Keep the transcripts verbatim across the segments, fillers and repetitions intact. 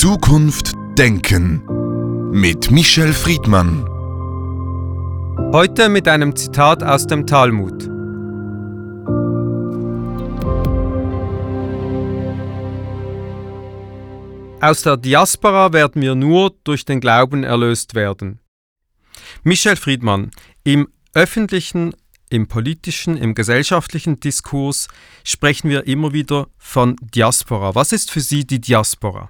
Zukunft denken mit Michel Friedmann. Heute mit einem Zitat aus dem Talmud. Aus der Diaspora werden wir nur durch den Glauben erlöst werden. Michel Friedmann, im öffentlichen, im politischen, im gesellschaftlichen Diskurs sprechen wir immer wieder von Diaspora. Was ist für Sie die Diaspora?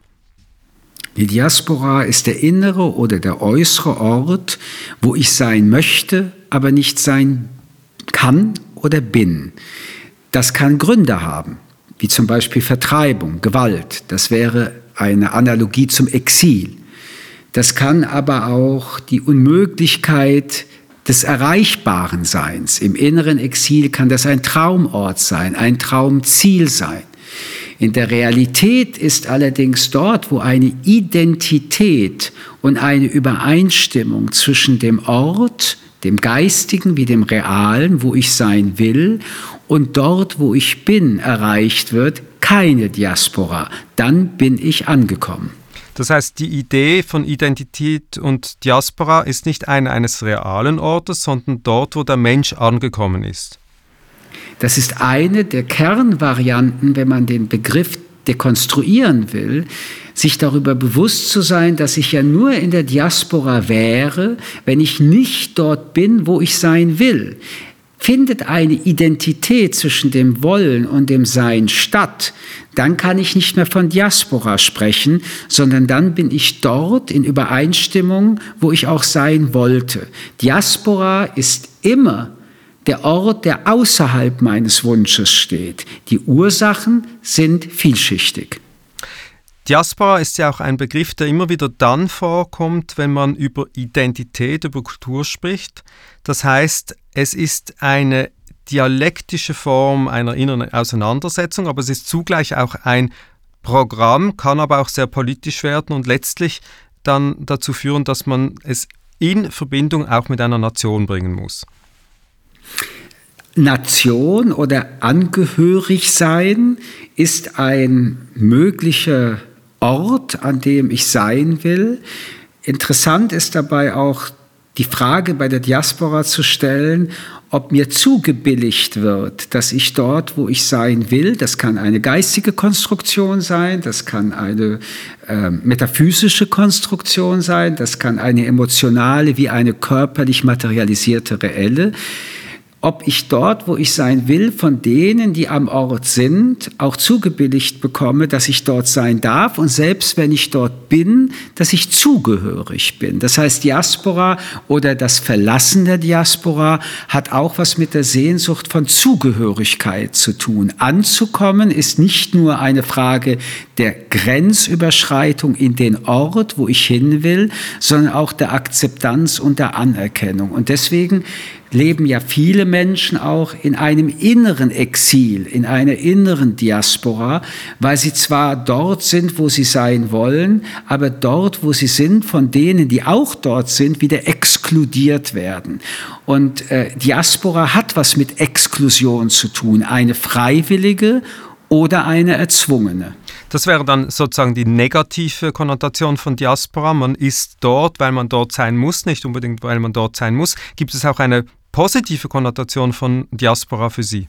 Die Diaspora ist der innere oder der äußere Ort, wo ich sein möchte, aber nicht sein kann oder bin. Das kann Gründe haben, wie zum Beispiel Vertreibung, Gewalt. Das wäre eine Analogie zum Exil. Das kann aber auch die Unmöglichkeit des erreichbaren Seins. Im inneren Exil kann das ein Traumort sein, ein Traumziel sein. In der Realität ist allerdings dort, wo eine Identität und eine Übereinstimmung zwischen dem Ort, dem Geistigen wie dem Realen, wo ich sein will, und dort, wo ich bin, erreicht wird, keine Diaspora. Dann bin ich angekommen. Das heißt, die Idee von Identität und Diaspora ist nicht eine eines realen Ortes, sondern dort, wo der Mensch angekommen ist. Das ist eine der Kernvarianten, wenn man den Begriff dekonstruieren will, sich darüber bewusst zu sein, dass ich ja nur in der Diaspora wäre, wenn ich nicht dort bin, wo ich sein will. Findet eine Identität zwischen dem Wollen und dem Sein statt, dann kann ich nicht mehr von Diaspora sprechen, sondern dann bin ich dort in Übereinstimmung, wo ich auch sein wollte. Diaspora ist immer der Ort, der außerhalb meines Wunsches steht. Die Ursachen sind vielschichtig. Diaspora ist ja auch ein Begriff, der immer wieder dann vorkommt, wenn man über Identität, über Kultur spricht. Das heißt, es ist eine dialektische Form einer inneren Auseinandersetzung, aber es ist zugleich auch ein Programm, kann aber auch sehr politisch werden und letztlich dann dazu führen, dass man es in Verbindung auch mit einer Nation bringen muss. Nation oder angehörig sein ist ein möglicher Ort, an dem ich sein will. Interessant ist dabei auch die Frage bei der Diaspora zu stellen, ob mir zugebilligt wird, dass ich dort, wo ich sein will, das kann eine geistige Konstruktion sein, das kann eine äh, metaphysische Konstruktion sein, das kann eine emotionale wie eine körperlich materialisierte reelle, ob ich dort, wo ich sein will, von denen, die am Ort sind, auch zugebilligt bekomme, dass ich dort sein darf und selbst wenn ich dort bin, dass ich zugehörig bin. Das heißt, Diaspora oder das Verlassen der Diaspora hat auch was mit der Sehnsucht von Zugehörigkeit zu tun. Anzukommen ist nicht nur eine Frage der Grenzüberschreitung in den Ort, wo ich hin will, sondern auch der Akzeptanz und der Anerkennung. Und deswegen leben ja viele Menschen auch in einem inneren Exil, in einer inneren Diaspora, weil sie zwar dort sind, wo sie sein wollen, aber dort, wo sie sind, von denen, die auch dort sind, wieder exkludiert werden. Und äh, Diaspora hat was mit Exklusion zu tun, eine freiwillige oder eine erzwungene. Das wäre dann sozusagen die negative Konnotation von Diaspora. Man ist dort, weil man dort sein muss, nicht unbedingt, weil man dort sein muss. Gibt es auch eine positive Konnotation von Diaspora für Sie?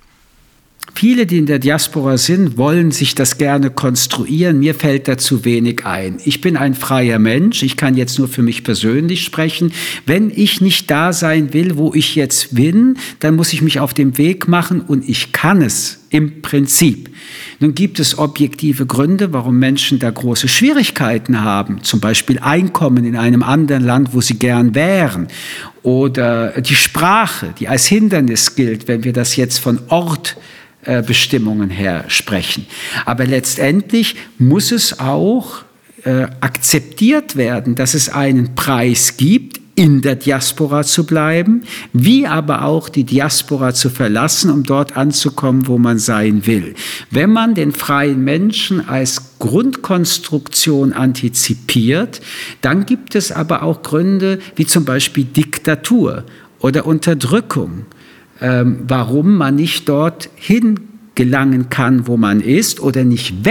Viele, die in der Diaspora sind, wollen sich das gerne konstruieren. Mir fällt dazu wenig ein. Ich bin ein freier Mensch. Ich kann jetzt nur für mich persönlich sprechen. Wenn ich nicht da sein will, wo ich jetzt bin, dann muss ich mich auf den Weg machen und ich kann es im Prinzip. Nun gibt es objektive Gründe, warum Menschen da große Schwierigkeiten haben. Zum Beispiel Einkommen in einem anderen Land, wo sie gern wären. Oder die Sprache, die als Hindernis gilt, wenn wir das jetzt von Ortbestimmungen her sprechen. Aber letztendlich muss es auch äh, akzeptiert werden, dass es einen Preis gibt, in der Diaspora zu bleiben, wie aber auch die Diaspora zu verlassen, um dort anzukommen, wo man sein will. Wenn man den freien Menschen als Grundkonstruktion antizipiert, dann gibt es aber auch Gründe wie zum Beispiel Diktatur oder Unterdrückung, ähm, warum man nicht dort hingelangen kann, wo man ist oder nicht weg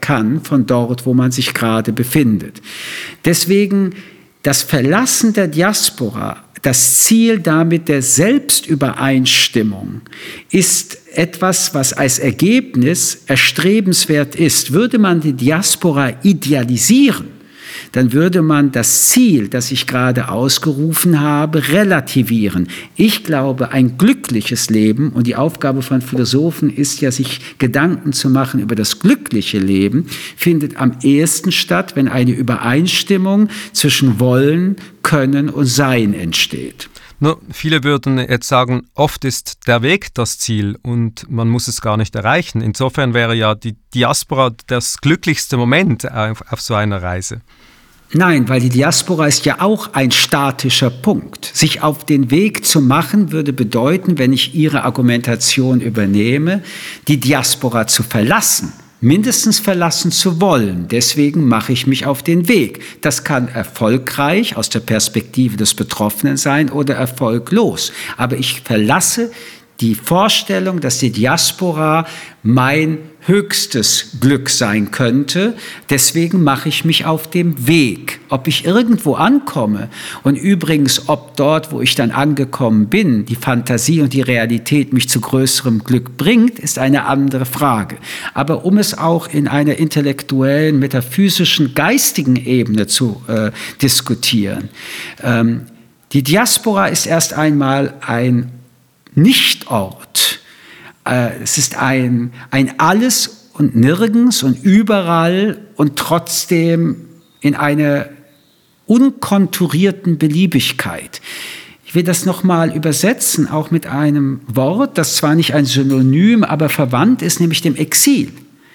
kann von dort, wo man sich gerade befindet. Deswegen das Verlassen der Diaspora, das Ziel damit der Selbstübereinstimmung, ist etwas, was als Ergebnis erstrebenswert ist. Würde man die Diaspora idealisieren, dann würde man das Ziel, das ich gerade ausgerufen habe, relativieren. Ich glaube, ein glückliches Leben, und die Aufgabe von Philosophen ist ja, sich Gedanken zu machen über das glückliche Leben, findet am ehesten statt, wenn eine Übereinstimmung zwischen Wollen, Können und Sein entsteht. Nur viele würden jetzt sagen, oft ist der Weg das Ziel und man muss es gar nicht erreichen. Insofern wäre ja die Diaspora das glücklichste Moment auf, auf so einer Reise. Nein, weil die Diaspora ist ja auch ein statischer Punkt. Sich auf den Weg zu machen, würde bedeuten, wenn ich Ihre Argumentation übernehme, die Diaspora zu verlassen, mindestens verlassen zu wollen. Deswegen mache ich mich auf den Weg. Das kann erfolgreich aus der Perspektive des Betroffenen sein oder erfolglos. Aber ich verlasse die Vorstellung, dass die Diaspora mein höchstes Glück sein könnte. Deswegen mache ich mich auf dem Weg. Ob ich irgendwo ankomme und übrigens, ob dort, wo ich dann angekommen bin, die Fantasie und die Realität mich zu größerem Glück bringt, ist eine andere Frage. Aber um es auch in einer intellektuellen, metaphysischen, geistigen Ebene zu äh, diskutieren, ähm, die Diaspora ist erst einmal ein Nichtort. Es ist ein, ein Alles und Nirgends und überall und trotzdem in einer unkonturierten Beliebigkeit. Ich will das nochmal übersetzen, auch mit einem Wort, das zwar nicht ein Synonym, aber verwandt ist, nämlich dem Exil.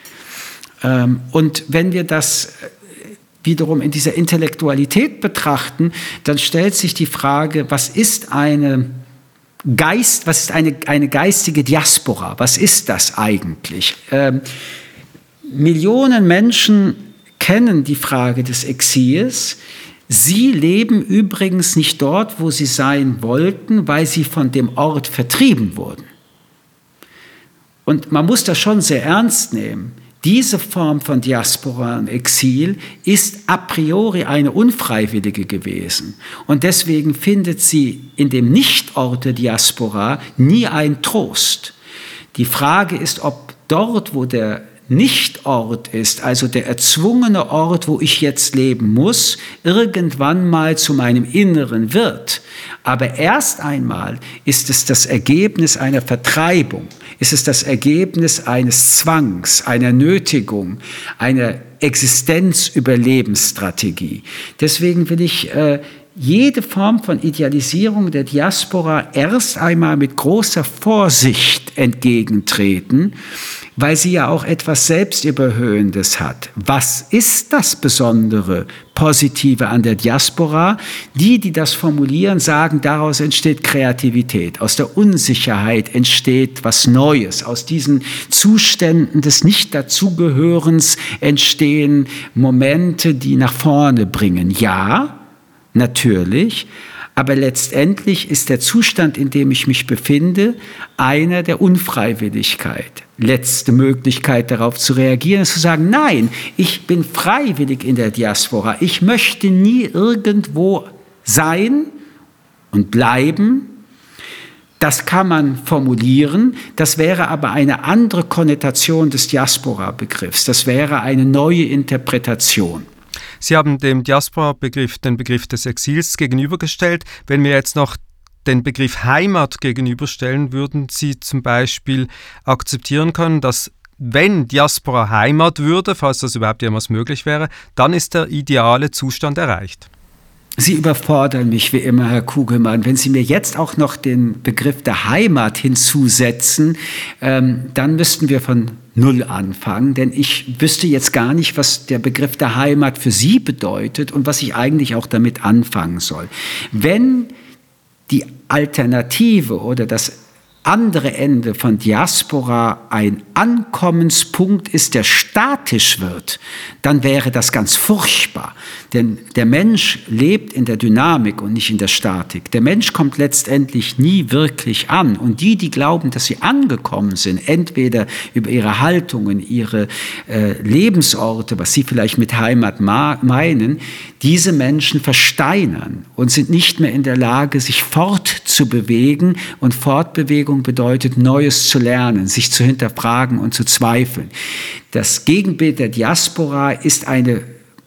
Und wenn wir das wiederum in dieser Intellektualität betrachten, dann stellt sich die Frage, was ist eine Geist, was ist eine, eine geistige Diaspora? Was ist das eigentlich? Ähm, Millionen Menschen kennen die Frage des Exils. Sie leben übrigens nicht dort, wo sie sein wollten, weil sie von dem Ort vertrieben wurden. Und man muss das schon sehr ernst nehmen. Diese Form von Diaspora und Exil ist a priori eine unfreiwillige gewesen. Und deswegen findet sie in dem Nichtort der Diaspora nie einen Trost. Die Frage ist, ob dort, wo der Nichtort ist, also der erzwungene Ort, wo ich jetzt leben muss, irgendwann mal zu meinem Inneren wird. Aber erst einmal ist es das Ergebnis einer Vertreibung, ist es das Ergebnis eines Zwangs, einer Nötigung, einer Existenzüberlebensstrategie. Deswegen will ich äh, jede Form von Idealisierung der Diaspora erst einmal mit großer Vorsicht entgegentreten, weil sie ja auch etwas Selbstüberhöhendes hat. Was ist das Besondere, Positive an der Diaspora? Die, die das formulieren, sagen, daraus entsteht Kreativität. Aus der Unsicherheit entsteht was Neues. Aus diesen Zuständen des Nicht-Dazugehörens entstehen Momente, die nach vorne bringen. Ja, natürlich. Aber letztendlich ist der Zustand, in dem ich mich befinde, einer der Unfreiwilligkeit. Letzte Möglichkeit, darauf zu reagieren, ist zu sagen, nein, ich bin freiwillig in der Diaspora. Ich möchte nie irgendwo sein und bleiben. Das kann man formulieren. Das wäre aber eine andere Konnotation des Diaspora-Begriffs. Das wäre eine neue Interpretation. Sie haben dem Diaspora-Begriff den Begriff des Exils gegenübergestellt. Wenn wir jetzt noch den Begriff Heimat gegenüberstellen, würden Sie zum Beispiel akzeptieren können, dass wenn Diaspora Heimat würde, falls das überhaupt jemals möglich wäre, dann ist der ideale Zustand erreicht. Sie überfordern mich wie immer, Herr Kugelmann. Wenn Sie mir jetzt auch noch den Begriff der Heimat hinzusetzen, ähm, dann müssten wir von Null anfangen, denn ich wüsste jetzt gar nicht, was der Begriff der Heimat für Sie bedeutet und was ich eigentlich auch damit anfangen soll. Wenn die Alternative oder das andere Ende von Diaspora ein Ankommenspunkt ist, der statisch wird, dann wäre das ganz furchtbar. Denn der Mensch lebt in der Dynamik und nicht in der Statik. Der Mensch kommt letztendlich nie wirklich an. Und die, die glauben, dass sie angekommen sind, entweder über ihre Haltungen, ihre äh, Lebensorte, was sie vielleicht mit Heimat meinen, diese Menschen versteinern und sind nicht mehr in der Lage, sich fortzubewegen. Und Fortbewegung bedeutet, Neues zu lernen, sich zu hinterfragen und zu zweifeln. Das Gegenbild der Diaspora ist eine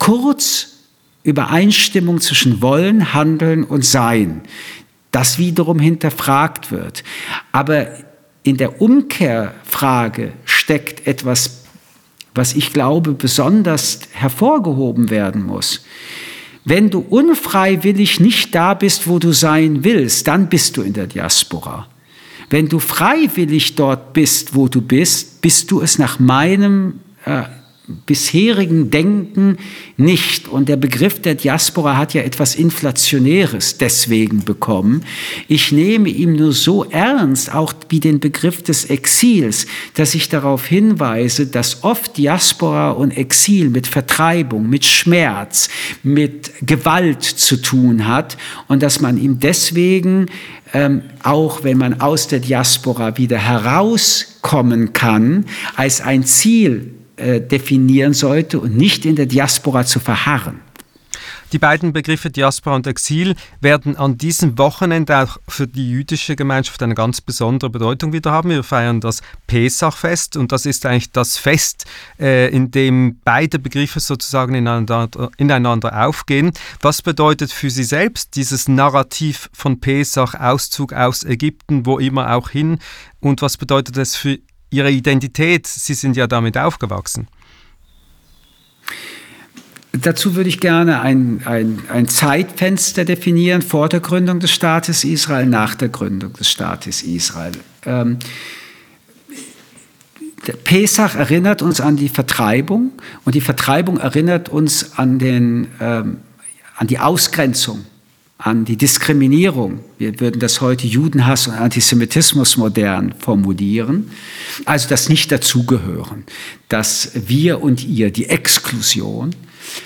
Kurzübereinstimmung zwischen Wollen, Handeln und Sein, das wiederum hinterfragt wird. Aber in der Umkehrfrage steckt etwas, was ich glaube, besonders hervorgehoben werden muss. Wenn du unfreiwillig nicht da bist, wo du sein willst, dann bist du in der Diaspora. Wenn du freiwillig dort bist, wo du bist, bist du es nach meinem äh, bisherigen Denken nicht. Und der Begriff der Diaspora hat ja etwas Inflationäres deswegen bekommen. Ich nehme ihn nur so ernst, auch wie den Begriff des Exils, dass ich darauf hinweise, dass oft Diaspora und Exil mit Vertreibung, mit Schmerz, mit Gewalt zu tun hat und dass man ihm deswegen ähm, auch wenn man aus der Diaspora wieder herauskommen kann, als ein Ziel äh, definieren sollte und nicht in der Diaspora zu verharren. Die beiden Begriffe Diaspora und Exil werden an diesem Wochenende auch für die jüdische Gemeinschaft eine ganz besondere Bedeutung wieder haben. Wir feiern das Pesachfest und das ist eigentlich das Fest, äh, in dem beide Begriffe sozusagen ineinander, ineinander aufgehen. Was bedeutet für Sie selbst dieses Narrativ von Pesach, Auszug aus Ägypten, wo immer auch hin? Und was bedeutet es für Ihre Identität? Sie sind ja damit aufgewachsen. Dazu würde ich gerne ein, ein, ein Zeitfenster definieren, vor der Gründung des Staates Israel, nach der Gründung des Staates Israel. Ähm, der Pesach erinnert uns an die Vertreibung und die Vertreibung erinnert uns an, den, ähm, an die Ausgrenzung, an die Diskriminierung. Wir würden das heute Judenhass und Antisemitismus modern formulieren. Also das Nicht-Dazugehören, das Wir und Ihr, die Exklusion.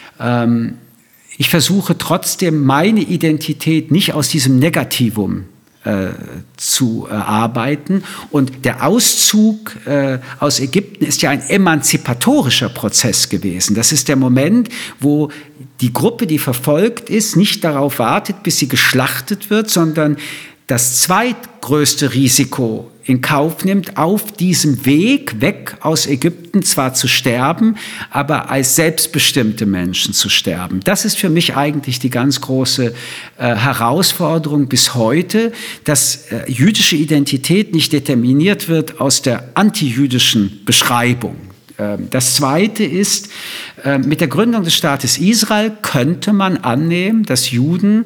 Ich versuche trotzdem, meine Identität nicht aus diesem Negativum äh, zu erarbeiten. Und der Auszug äh, aus Ägypten ist ja ein emanzipatorischer Prozess gewesen. Das ist der Moment, wo die Gruppe, die verfolgt ist, nicht darauf wartet, bis sie geschlachtet wird, sondern das zweitgrößte Risiko in Kauf nimmt, auf diesem Weg weg aus Ägypten zwar zu sterben, aber als selbstbestimmte Menschen zu sterben. Das ist für mich eigentlich die ganz große äh, Herausforderung bis heute, dass äh, jüdische Identität nicht determiniert wird aus der antijüdischen Beschreibung. Das Zweite ist, mit der Gründung des Staates Israel könnte man annehmen, dass Juden,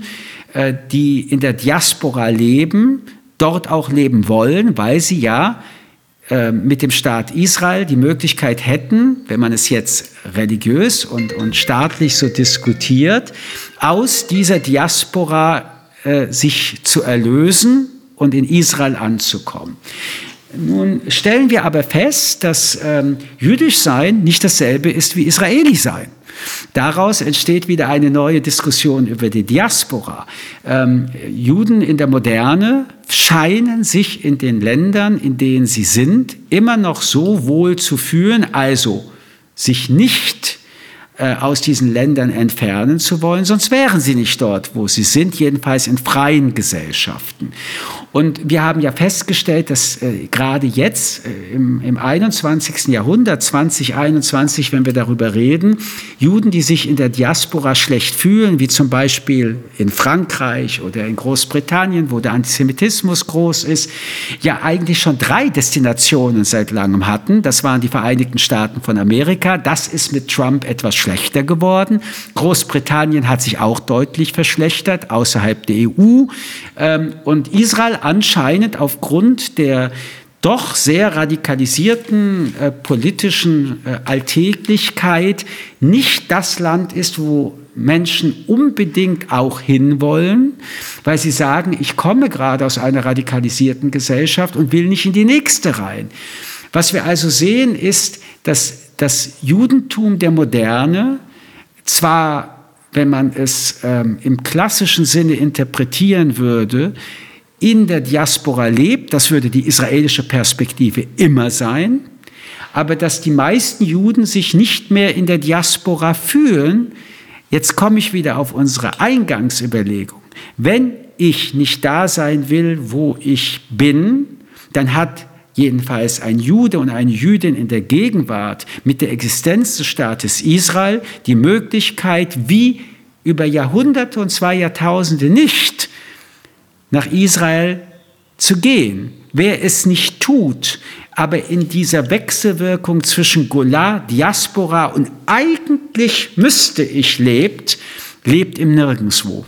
die in der Diaspora leben, dort auch leben wollen, weil sie ja mit dem Staat Israel die Möglichkeit hätten, wenn man es jetzt religiös und, und staatlich so diskutiert, aus dieser Diaspora sich zu erlösen und in Israel anzukommen. Nun stellen wir aber fest, dass ähm, jüdisch sein nicht dasselbe ist wie Israeli sein. Daraus entsteht wieder eine neue Diskussion über die Diaspora. Ähm, Juden in der Moderne scheinen sich in den Ländern, in denen sie sind, immer noch so wohl zu fühlen, also sich nicht äh, aus diesen Ländern entfernen zu wollen, sonst wären sie nicht dort, wo sie sind, jedenfalls in freien Gesellschaften. Und wir haben ja festgestellt, dass äh, gerade jetzt äh, im, im einundzwanzigsten Jahrhundert, zwanzig einundzwanzig, wenn wir darüber reden, Juden, die sich in der Diaspora schlecht fühlen, wie zum Beispiel in Frankreich oder in Großbritannien, wo der Antisemitismus groß ist, ja eigentlich schon drei Destinationen seit langem hatten. Das waren die Vereinigten Staaten von Amerika. Das ist mit Trump etwas schlechter geworden. Großbritannien hat sich auch deutlich verschlechtert, außerhalb der E U. Ähm, und Israel anscheinend aufgrund der doch sehr radikalisierten äh, politischen äh, Alltäglichkeit nicht das Land ist, wo Menschen unbedingt auch hinwollen, weil sie sagen, ich komme gerade aus einer radikalisierten Gesellschaft und will nicht in die nächste rein. Was wir also sehen, ist, dass das Judentum der Moderne zwar, wenn man es ähm, im klassischen Sinne interpretieren würde, in der Diaspora lebt, das würde die israelische Perspektive immer sein, aber dass die meisten Juden sich nicht mehr in der Diaspora fühlen. Jetzt komme ich wieder auf unsere Eingangsüberlegung. Wenn ich nicht da sein will, wo ich bin, dann hat jedenfalls ein Jude und eine Jüdin in der Gegenwart mit der Existenz des Staates Israel die Möglichkeit, wie über Jahrhunderte und zwei Jahrtausende nicht, nach Israel zu gehen. Wer es nicht tut, aber in dieser Wechselwirkung zwischen Gola, Diaspora und eigentlich müsste ich lebt, lebt im Nirgendwo.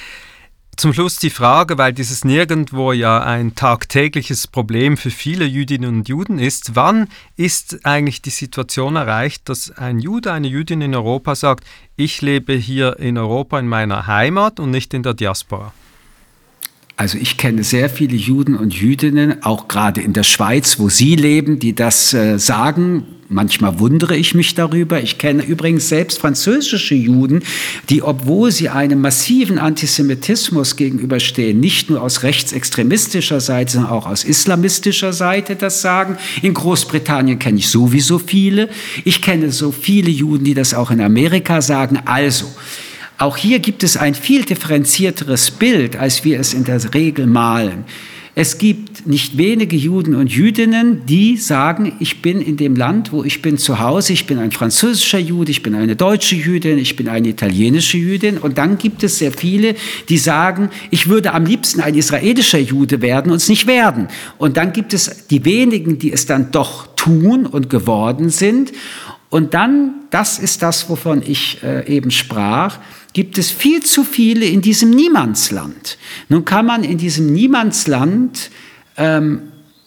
Zum Schluss die Frage, weil dieses Nirgendwo ja ein tagtägliches Problem für viele Jüdinnen und Juden ist, wann ist eigentlich die Situation erreicht, dass ein Jude, eine Jüdin in Europa sagt, ich lebe hier in Europa in meiner Heimat und nicht in der Diaspora? Also ich kenne sehr viele Juden und Jüdinnen, auch gerade in der Schweiz, wo Sie leben, die das äh, sagen. Manchmal wundere ich mich darüber. Ich kenne übrigens selbst französische Juden, die, obwohl sie einem massiven Antisemitismus gegenüberstehen, nicht nur aus rechtsextremistischer Seite, sondern auch aus islamistischer Seite das sagen. In Großbritannien kenne ich sowieso viele. Ich kenne so viele Juden, die das auch in Amerika sagen. Also, auch hier gibt es ein viel differenzierteres Bild, als wir es in der Regel malen. Es gibt nicht wenige Juden und Jüdinnen, die sagen, ich bin in dem Land, wo ich bin, zu Hause. Ich bin ein französischer Jude, ich bin eine deutsche Jüdin, ich bin eine italienische Jüdin. Und dann gibt es sehr viele, die sagen, ich würde am liebsten ein israelischer Jude werden und es nicht werden. Und dann gibt es die wenigen, die es dann doch tun und geworden sind. Und dann, das ist das, wovon ich äh, eben sprach, gibt es viel zu viele in diesem Niemandsland. Nun kann man in diesem Niemandsland ähm,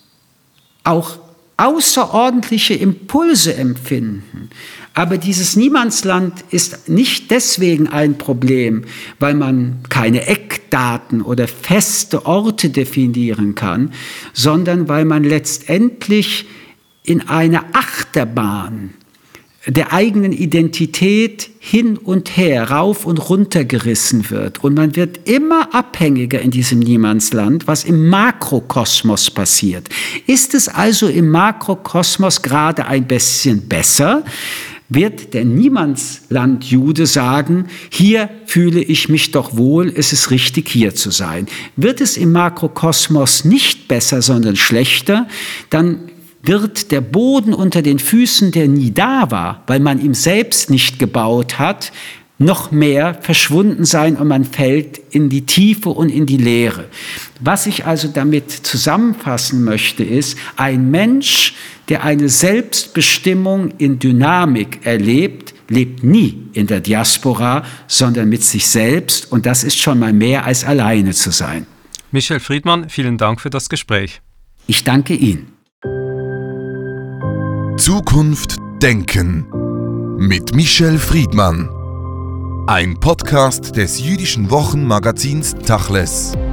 auch außerordentliche Impulse empfinden. Aber dieses Niemandsland ist nicht deswegen ein Problem, weil man keine Eckdaten oder feste Orte definieren kann, sondern weil man letztendlich in einer Achterbahn der eigenen Identität hin und her, rauf und runter gerissen wird. Und man wird immer abhängiger in diesem Niemandsland, was im Makrokosmos passiert. Ist es also im Makrokosmos gerade ein bisschen besser? Wird der Niemandslandjude sagen, hier fühle ich mich doch wohl, es ist richtig, hier zu sein. Wird es im Makrokosmos nicht besser, sondern schlechter, dann wird der Boden unter den Füßen, der nie da war, weil man ihm selbst nicht gebaut hat, noch mehr verschwunden sein und man fällt in die Tiefe und in die Leere. Was ich also damit zusammenfassen möchte, ist, ein Mensch, der eine Selbstbestimmung in Dynamik erlebt, lebt nie in der Diaspora, sondern mit sich selbst, und das ist schon mal mehr als alleine zu sein. Michel Friedmann, vielen Dank für das Gespräch. Ich danke Ihnen. Zukunft denken mit Michel Friedmann. Ein Podcast des jüdischen Wochenmagazins Tachles.